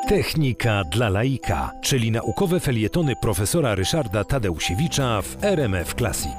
Technika dla laika, czyli naukowe felietony profesora Ryszarda Tadeusiewicza w RMF Classic.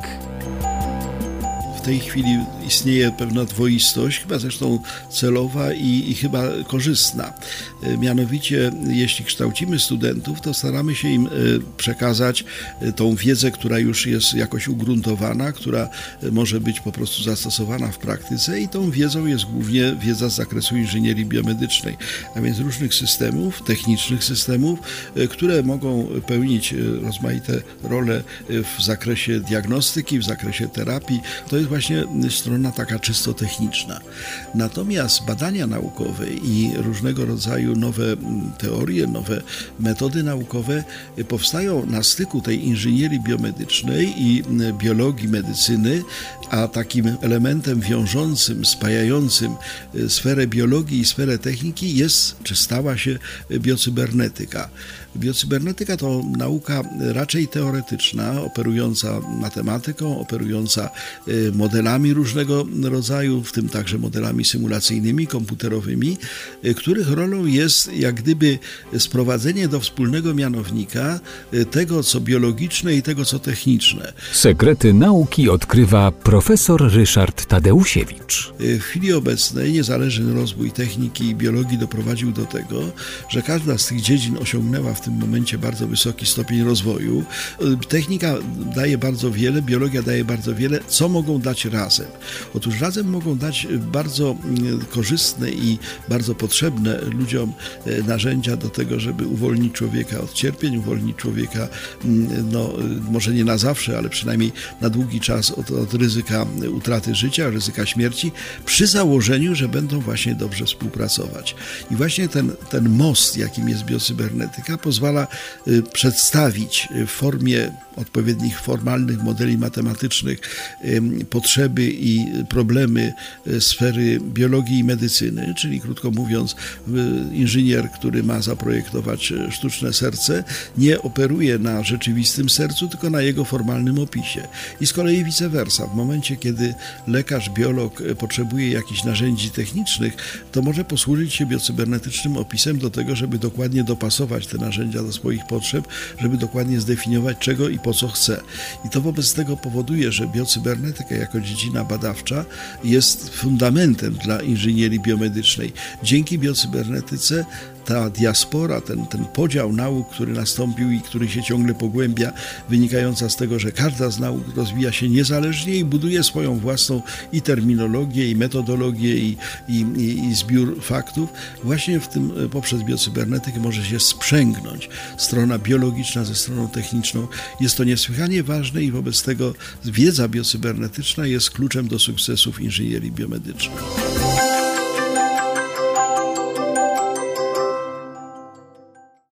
W tej chwili istnieje pewna dwoistość, chyba zresztą celowa i chyba korzystna. Mianowicie, jeśli kształcimy studentów, to staramy się im przekazać tą wiedzę, która już jest jakoś ugruntowana, która może być po prostu zastosowana w praktyce, i tą wiedzą jest głównie wiedza z zakresu inżynierii biomedycznej, a więc różnych systemów, technicznych systemów, które mogą pełnić rozmaite role w zakresie diagnostyki, w zakresie terapii. To jest właśnie strona taka czysto techniczna. Natomiast badania naukowe i różnego rodzaju nowe teorie, nowe metody naukowe powstają na styku tej inżynierii biomedycznej i biologii, medycyny, a takim elementem wiążącym, spajającym sferę biologii i sferę techniki jest, czy stała się, biocybernetyka. Biocybernetyka to nauka raczej teoretyczna, operująca matematyką, operująca modelami różnego rodzaju, w tym także modelami symulacyjnymi, komputerowymi, których rolą jest jak gdyby sprowadzenie do wspólnego mianownika tego, co biologiczne, i tego, co techniczne. Sekrety nauki odkrywa profesor Ryszard Tadeusiewicz. W chwili obecnej niezależny rozwój techniki i biologii doprowadził do tego, że każda z tych dziedzin osiągnęła w tym momencie bardzo wysoki stopień rozwoju. Technika daje bardzo wiele, biologia daje bardzo wiele. Co mogą dać razem? Otóż razem mogą dać bardzo korzystne i bardzo potrzebne ludziom narzędzia do tego, żeby uwolnić człowieka od cierpień, uwolnić człowieka, może nie na zawsze, ale przynajmniej na długi czas od ryzyka utraty życia, ryzyka śmierci, przy założeniu, że będą właśnie dobrze współpracować. I właśnie ten most, jakim jest biocybernetyka, pozwala przedstawić w formie odpowiednich formalnych modeli matematycznych potrzeby i problemy sfery biologii i medycyny, czyli krótko mówiąc, inżynier, który ma zaprojektować sztuczne serce, nie operuje na rzeczywistym sercu, tylko na jego formalnym opisie. I z kolei vice versa. W momencie, kiedy lekarz, biolog potrzebuje jakichś narzędzi technicznych, to może posłużyć się biocybernetycznym opisem do tego, żeby dokładnie dopasować te narzędzia do swoich potrzeb, żeby dokładnie zdefiniować, czego i po co chce. I to wobec tego powoduje, że biocybernetyka jako dziedzina badawcza jest fundamentem dla inżynierii biomedycznej. Dzięki biocybernetyce ta diaspora, ten podział nauk, który nastąpił i który się ciągle pogłębia, wynikająca z tego, że każda z nauk rozwija się niezależnie i buduje swoją własną i terminologię, i metodologię, i zbiór faktów, właśnie poprzez biocybernetykę może się sprzęgnąć strona biologiczna ze stroną techniczną. Jest to niesłychanie ważne i wobec tego wiedza biocybernetyczna jest kluczem do sukcesów inżynierii biomedycznej.